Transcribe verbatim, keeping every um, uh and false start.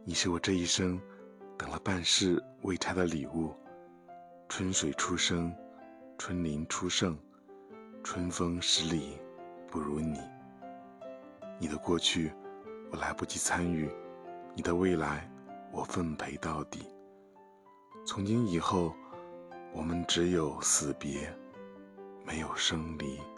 你是我这一生等了半世未拆的礼物。春水初生，春林初盛，春风十里不如你。你的过去我来不及参与，你的未来我奉陪到底。从今以后，我们只有死别，没有生离。